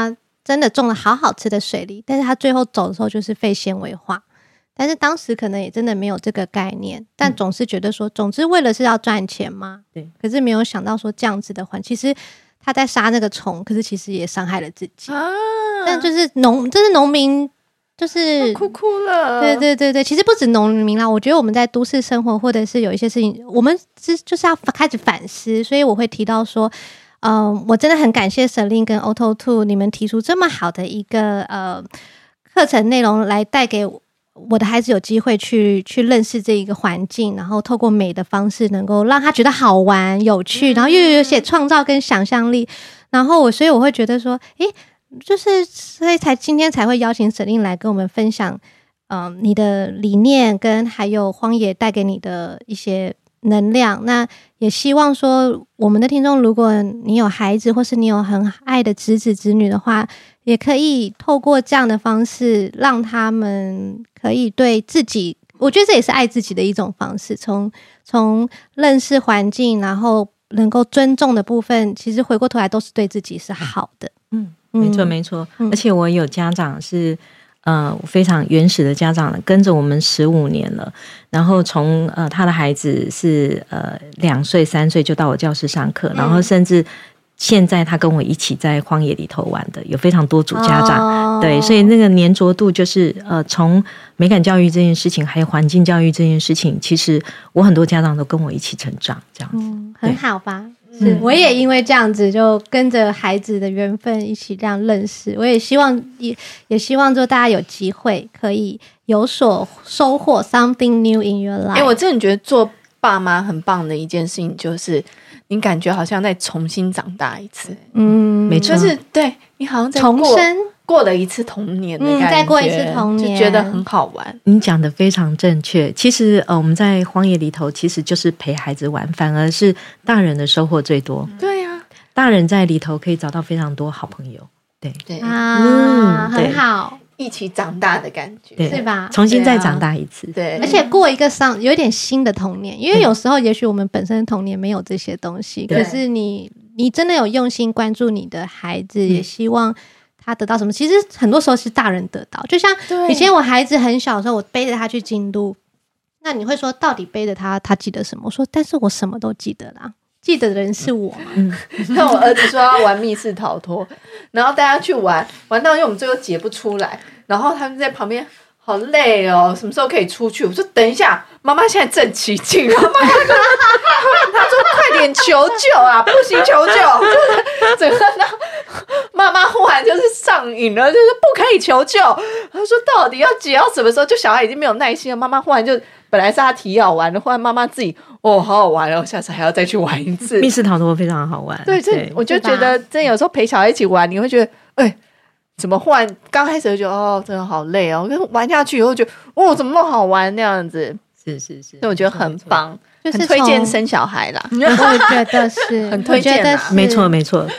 C: 真的种了好吃的水梨，但是他最后走的时候就是肺纤维化。但是当时可能也真的没有这个概念，但总是觉得说总之为了是要赚钱嘛，
D: 对，
C: 可是没有想到说这样子的其实他在杀那个虫，可是其实也伤害了自己啊。但这是农民，就是
B: 哭了。
C: 对，其实不止农民啦，我觉得我们在都市生活或者是有一些事情，我们就是要开始反思。所以我会提到说我真的很感谢 Celine 跟 Autotune 你们提出这么好的一个课程内容，来带给我的孩子有机会去认识这一个环境，然后透过美的方式能够让他觉得好玩有趣，然后又有些创造跟想象力。然后所以我会觉得说就是所以今天才会邀请 Celine 来跟我们分享你的理念跟还有荒野带给你的一些能量。那也希望说我们的听众，如果你有孩子或是你有很爱的侄子侄女的话，也可以透过这样的方式让他们可以对自己，我觉得这也是爱自己的一种方式，从认识环境然后能够尊重的部分，其实回过头来都是对自己是好的。
D: 没错，而且我有家长是非常原始的家长，跟着我们15年了，然后从他的孩子是2岁3岁就到我教室上课，然后甚至现在他跟我一起在荒野里头玩的有非常多组家长，对，所以那个粘着度就是从美感教育这件事情还有环境教育这件事情，其实我很多家长都跟我一起成长这样子，
C: 很好吧。是，我也因为这样子就跟着孩子的缘分一起这样认识，我也希望也希望就大家有机会可以有所收获 something new in your life。
B: 我真的觉得做爸妈很棒的一件事情就是你感觉好像在重新长大一次，
D: 没错，
B: 就是对你好像在
C: 重生
B: 过了一次童年的感觉，
C: 再过一次童年，
B: 就觉得很好玩。
D: 你讲的非常正确。其实我们在荒野里头，其实就是陪孩子玩，反而是大人的收获最多。
B: 对呀，
D: 大人在里头可以找到非常多好朋友。对
C: 很好，
B: 一起长大的感觉，
C: 是吧？
D: 重新再长大一次，
B: 对，
C: 而且过一个有点新的童年，因为有时候也许我们本身童年没有这些东西，可是你真的有用心关注你的孩子，也希望他得到什么，其实很多时候是大人得到。就像以前我孩子很小的时候，我背着他去京都，那你会说到底背着他记得什么？我说但是我什么都记得啦，记得的人是我嘛。
B: 像我儿子说要玩密室逃脱，然后带他去玩到因为我们最后解不出来，然后他们在旁边好累哦，什么时候可以出去？我说等一下，妈妈现在正起劲，然后妈妈他说快点求救啊，不行求救，就是整个妈妈忽然就是上瘾了，就是不可以求救。他说到底要解到什么时候？就小孩已经没有耐心了，妈妈忽然就本来是他提要玩的，忽然妈妈自己好好玩哦，下次还要再去玩一次。
D: 密室逃脱非常好玩，
B: 对，我就觉得真有时候陪小孩一起玩，你会觉得怎么忽然刚开始就觉得真的好累哦，跟玩下去以后觉得怎么那么好玩那样子，
D: 是，
B: 所以我觉得很棒，就是很推荐生小孩啦。
C: 我觉得是
B: 很推荐啦，
D: 没错，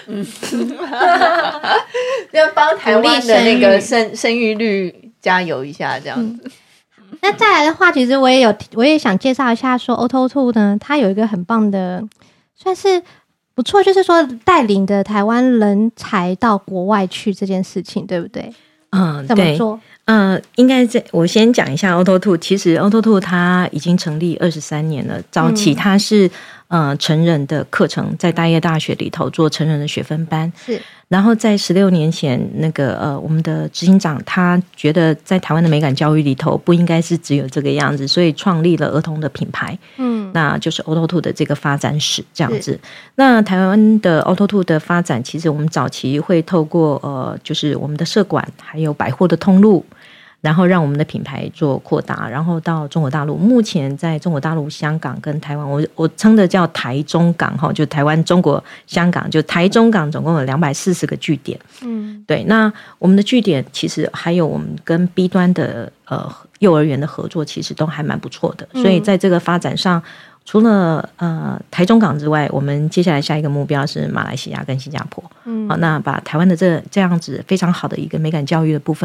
B: 要帮台湾的那个生育率加油一下，这样子。
C: 那再来的话，其实我也想介绍一下，说 Autotune 呢，它有一个很棒的，算是不错，就是说带领的台湾人才到国外去这件事情，对不对？怎么做？
D: 应该我先讲一下 Autotune。其实 Autotune 它已经成立23年了，早期它是成人的课程，在大业大学里头做成人的学分班。
C: 是。
D: 然后在16年前，那个我们的执行长他觉得在台湾的美感教育里头不应该是只有这个样子，所以创立了儿童的品牌，那就是 Autotune 的这个发展史这样子。那台湾的 Autotune 的发展，其实我们早期会透过就是我们的社馆还有百货的通路，然后让我们的品牌做扩大，然后到中国大陆。目前在中国大陆、香港跟台湾，我称的叫台中港，就台湾、中国、香港，就台中港总共有240个据点。对。那我们的据点其实还有我们跟 B 端的幼儿园的合作，其实都还蛮不错的。所以在这个发展上，除了台中港之外，我们接下来下一个目标是马来西亚跟新加坡。好，那把台湾的这样子非常好的一个美感教育的部分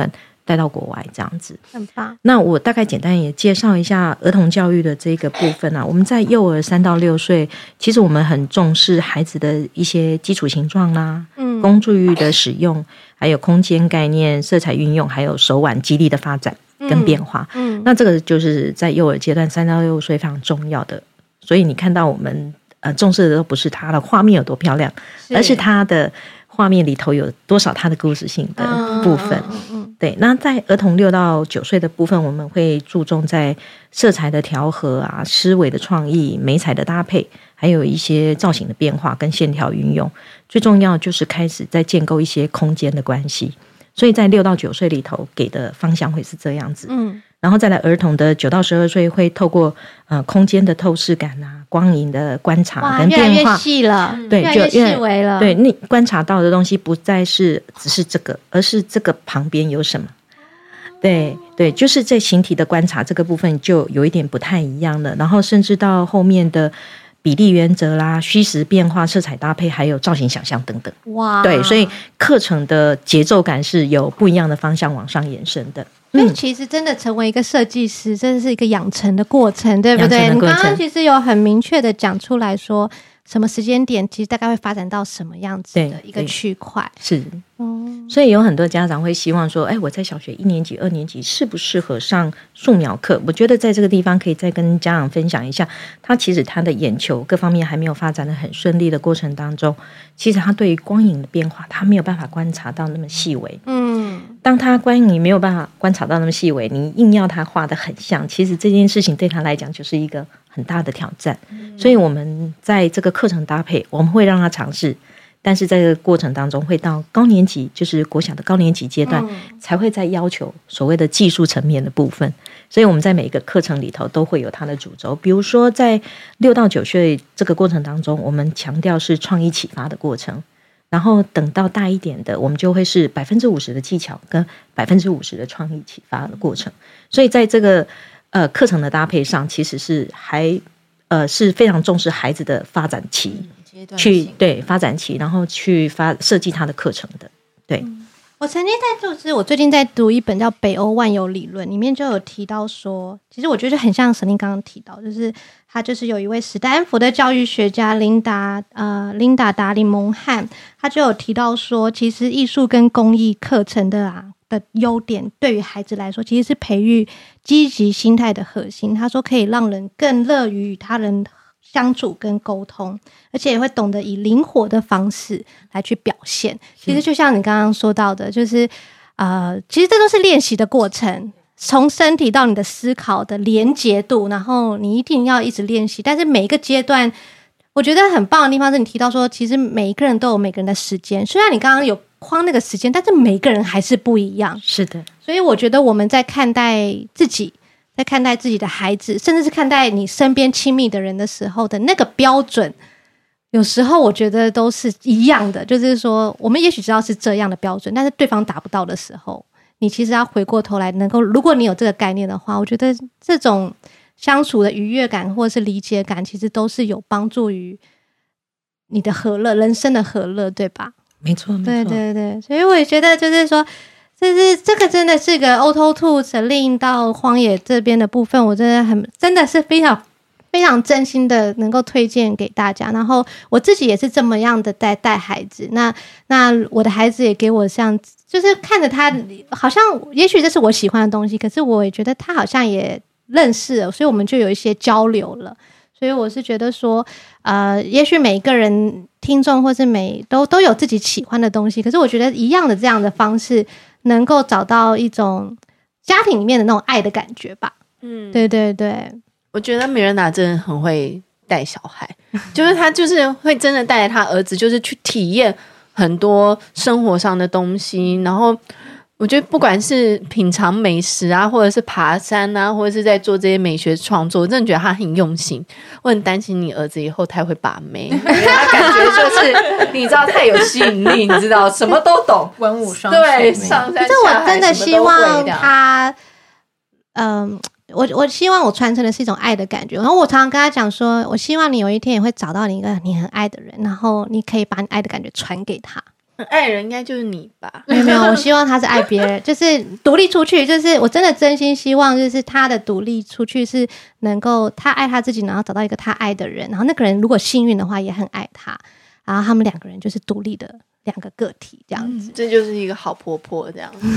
D: 带到国外这样子。
C: 很棒。
D: 那我大概简单也介绍一下儿童教育的这个部分啊。我们在幼儿3到6岁，其实我们很重视孩子的一些基础形状啦，工具的使用，还有空间概念、色彩运用，还有手腕肌力的发展跟变化。那这个就是在幼儿阶段3到6岁非常重要的。所以你看到我们重视的都不是它的画面有多漂亮，而是它的画面里头有多少它的故事性的部分。对，那在儿童6到9岁的部分，我们会注重在色彩的调和啊、思维的创意、媒材的搭配，还有一些造型的变化跟线条运用。最重要就是开始在建构一些空间的关系。所以在6到9岁里头给的方向会是这样子。然后再来儿童的9到12岁会透过空间的透视感啊、光影的观察跟变化，
C: 越来越细了，
D: 对，
C: 越来越细微了。
D: 对，你观察到的东西不再是只是这个，而是这个旁边有什么。对对，就是在形体的观察这个部分就有一点不太一样了。然后甚至到后面的比例原则啦、虚实变化、色彩搭配，还有造型想象等等。
C: 哇，
D: 对，所以课程的节奏感是有不一样的方向往上延伸的。
C: 所以其实真的成为一个设计师，这是一个养成的过程，对不对？你刚刚其实有很明确的讲出来说，什么时间点其实大概会发展到什么样子的一个区块。
D: 是，所以有很多家长会希望说，我在小学1年级、2年级适不适合上素描课？我觉得在这个地方可以再跟家长分享一下，他其实他的眼球各方面还没有发展的很顺利的过程当中，其实他对于光影的变化，他没有办法观察到那么细微。当他光影没有办法观察到那么细微，你硬要他画得很像，其实这件事情对他来讲就是一个很大的挑战。所以我们在这个课程搭配，我们会让他尝试，但是在这个过程当中会到高年级，就是国小的高年级阶段，才会再要求所谓的技术层面的部分。所以我们在每一个课程里头都会有它的主轴，比如说在6到9岁这个过程当中，我们强调是创意启发的过程，然后等到大一点的，我们就会是50%的技巧跟50%的创意启发的过程。所以在这个课程的搭配上，其实是是非常重视孩子的发展期，对发展期，然后去设计他的课程的。对，
C: 我曾经我最近在读一本叫《北欧万有理论》，里面就有提到说，其实我觉得很像沈令刚刚提到，就是他就是有一位史丹福的教育学家琳达达林蒙汉，他就有提到说，其实艺术跟工艺课程的优点对于孩子来说其实是培育积极心态的核心。他说可以让人更乐于与他人相处跟沟通，而且也会懂得以灵活的方式来去表现。其实就像你刚刚说到的，就是其实这都是练习的过程，从身体到你的思考的连结度，然后你一定要一直练习。但是每一个阶段我觉得很棒的地方是你提到说，其实每一个人都有每个人的时间，虽然你刚刚有框那个时间，但是每个人还是不一样。
D: 是的，
C: 所以我觉得我们在看待自己，在看待自己的孩子，甚至是看待你身边亲密的人的时候的那个标准，有时候我觉得都是一样的，就是说我们也许知道是这样的标准，但是对方达不到的时候，你其实要回过头来能够，如果你有这个概念的话，我觉得这种相处的愉悦感或者是理解感，其实都是有帮助于你的和乐，人生的和乐，对吧？
D: 没错，
C: 对对对，所以我也觉得就是说，这个真的是个 Auto Two 指令到荒野这边的部分，我真的是非常非常真心的能够推荐给大家。然后我自己也是这么样的在带孩子，那我的孩子也给我像，就是看着他好像也许这是我喜欢的东西，可是我也觉得他好像也认识了，所以我们就有一些交流了。所以我是觉得说也许每一个人听众或是都有自己喜欢的东西，可是我觉得一样的这样的方式能够找到一种家庭里面的那种爱的感觉吧。对对对，
B: 我觉得米兰达真的很会带小孩，就是他就是会真的带着他儿子就是去体验很多生活上的东西，然后我觉得不管是品尝美食啊，或者是爬山啊，或者是在做这些美学创作，我真的觉得他很用心。我很担心你儿子以后太会把妹，因为他感觉就是你知道太有吸引力，你知道什么都懂，
E: 文武双
B: 对，上山下海，
C: 可是我真的希望他我希望我传承的是一种爱的感觉，然后我常常跟他讲说，我希望你有一天也会找到你一个你很爱的人，然后你可以把你爱的感觉传给他。
B: 爱人应该就是你吧？
C: 没有，我希望他是爱别人，就是独立出去，就是我真的真心希望，就是他的独立出去是能够他爱他自己，然后找到一个他爱的人，然后那个人如果幸运的话也很爱他，然后他们两个人就是独立的两个个体这样子，
B: 这就是一个好婆婆这样子，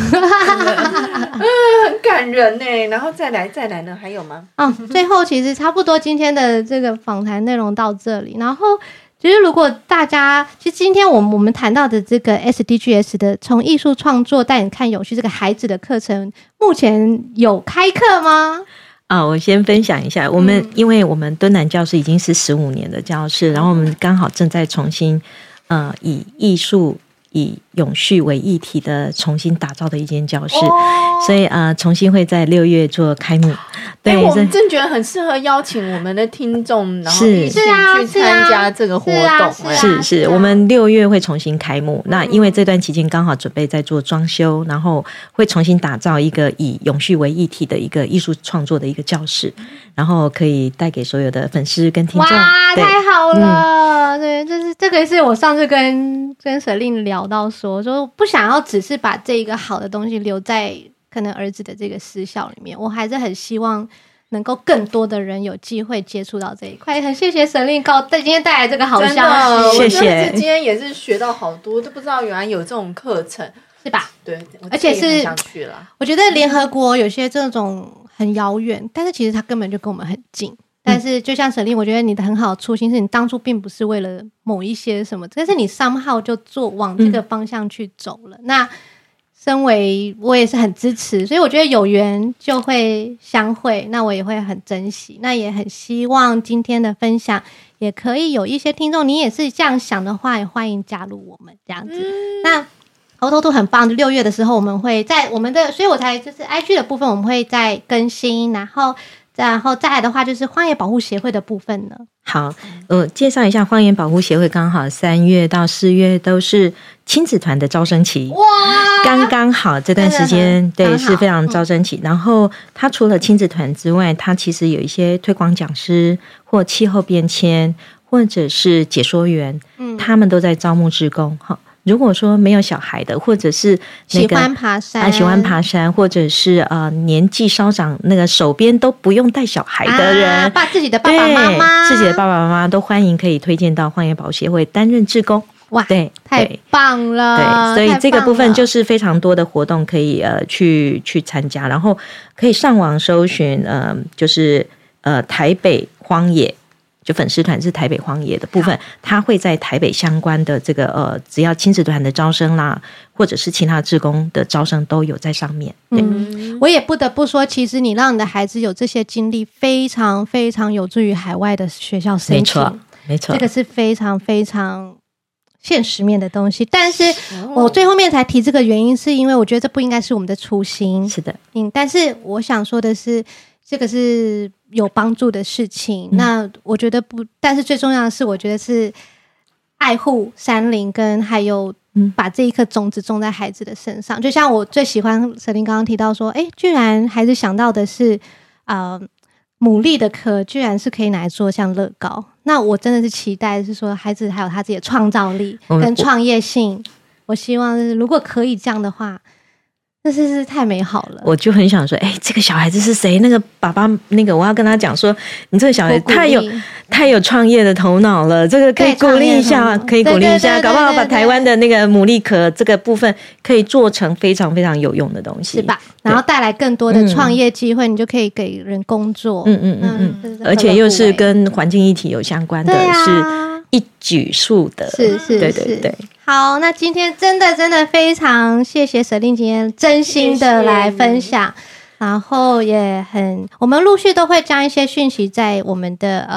B: 很感人呢。然后再来呢，还有吗？
C: 最后其实差不多今天的这个访谈内容到这里，然后。其实，如果大家其实今天我们谈到的这个 SDGs 的从艺术创作带你看永续这个孩子的课程，目前有开课吗？
D: 我先分享一下，因为我们敦南教室已经是15年的教室，然后我们刚好正在重新以艺术以永续为议题的重新打造的一间教室，所以重新会在6月做开幕。对，
B: 我们真觉得很适合邀請我们的听众，然后一起去参加这个活动。
D: 是，我们6月会重新开幕。那因为这段期间刚好准备在做装修，然后会重新打造一个以永续为议题的一个艺术创作的一个教室，然后可以带给所有的粉丝跟听众。
C: 哇，太好了！对，就是这个是我上次跟Celine聊到说不想要只是把这一个好的东西留在可能儿子的这个私校里面，我还是很希望能够更多的人有机会接触到这一块。很谢谢Celine今天带来这个好消息，
B: 谢谢。今天也是学到好多，都不知道原来有这种课程，
C: 是吧？
B: 对，
C: 而且是
B: 想去了。
C: 我觉得联合国有些这种很遥远，但是其实它根本就跟我们很近。但是就像Celine，我觉得你的很好的初心是你当初并不是为了某一些什么，但是你somehow就往这个方向去走了。那身为我也是很支持，所以我觉得有缘就会相会，那我也会很珍惜。那也很希望今天的分享也可以有一些听众，你也是这样想的话，也欢迎加入我们这样子。那猴头兔很棒，6月的时候我们会在我们的，所以我才就是 IG 的部分我们会再更新，然后再来的话就是荒野保护协会的部分呢。
D: 好，介绍一下荒野保护协会，刚好3月到4月都是亲子团的招生期，哇，刚刚好这段时间，对，是非常招生期。然后它除了亲子团之外，它其实有一些推广讲师或气候变迁，或者是解说员，他们都在招募志工。如果说没有小孩的，或者是
C: 喜欢爬山，
D: 或者是年纪稍长，那个手边都不用带小孩的人，
C: 自己的爸爸妈妈，
D: 自己的爸爸妈妈都欢迎可以推荐到荒野保护协会担任志工。
C: 哇，对，太棒了！
D: 对，所以这个部分就是非常多的活动可以去参加，然后可以上网搜寻就是台北荒野。就粉丝团是台北荒野的部分，他会在台北相关的这个只要亲子团的招生啦，或者是其他志工的招生都有在上面。
C: 我也不得不说，其实你让你的孩子有这些经历，非常非常有助于海外的学校申请。
D: 没错，
C: 这个是非常非常现实面的东西。但是我最后面才提这个原因，是因为我觉得这不应该是我们的初心。
D: 是的，
C: 但是我想说的是，这个是有帮助的事情。那我觉得不，但是最重要的是，我觉得是爱护山林，跟还有把这一颗种子种在孩子的身上。就像我最喜欢Celine刚刚提到说，居然孩子想到的是牡蛎的壳居然是可以拿来做像乐高。那我真的是期待是说，孩子还有他自己的创造力跟创业性。我希望如果可以这样的话，这是太美好了。
D: 我就很想说，这个小孩子是谁？那个爸爸，那个我要跟他讲说，你这个小孩太有创业的头脑了，这个可以鼓励一下，搞不好把台湾的那个牡蛎壳这个部分可以做成非常非常有用的东西，
C: 是吧？然后带来更多的创业机会，你就可以给人工作。
D: 而且又是跟环境议题有相关的，是一举数得。
C: 是，
D: 对。
C: 好，那今天真的非常谢谢Celine今天真心的来分享，然后也我们陆续都会将一些讯息在我们的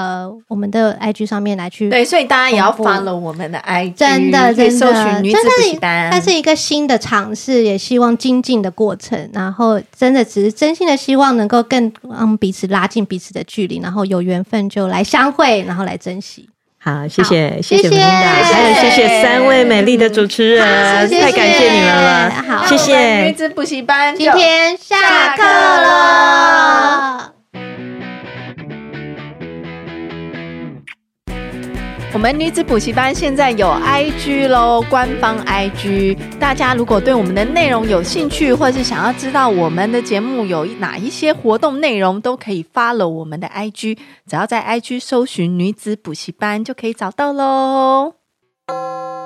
C: IG 上面来去。
B: 对，所以大家也要 follow 我们的 IG，
C: 真的
B: 搜寻女子补习班，
C: 它是一个新的尝试，也希望精进的过程，然后真的只是真心的希望能够更彼此拉近彼此的距离，然后有缘分就来相会，然后来珍惜。
D: 好，谢谢 Melinda， 还有谢谢3位美丽的主持人，太感谢你们了。
C: 好，
B: 谢谢女子补习班，
C: 今天下课了。
B: 我们女子补习班现在有 IG 咯，官方 IG， 大家如果对我们的内容有兴趣，或是想要知道我们的节目有哪一些活动内容，都可以 follow 我们的 IG， 只要在 IG 搜寻女子补习班就可以找到咯。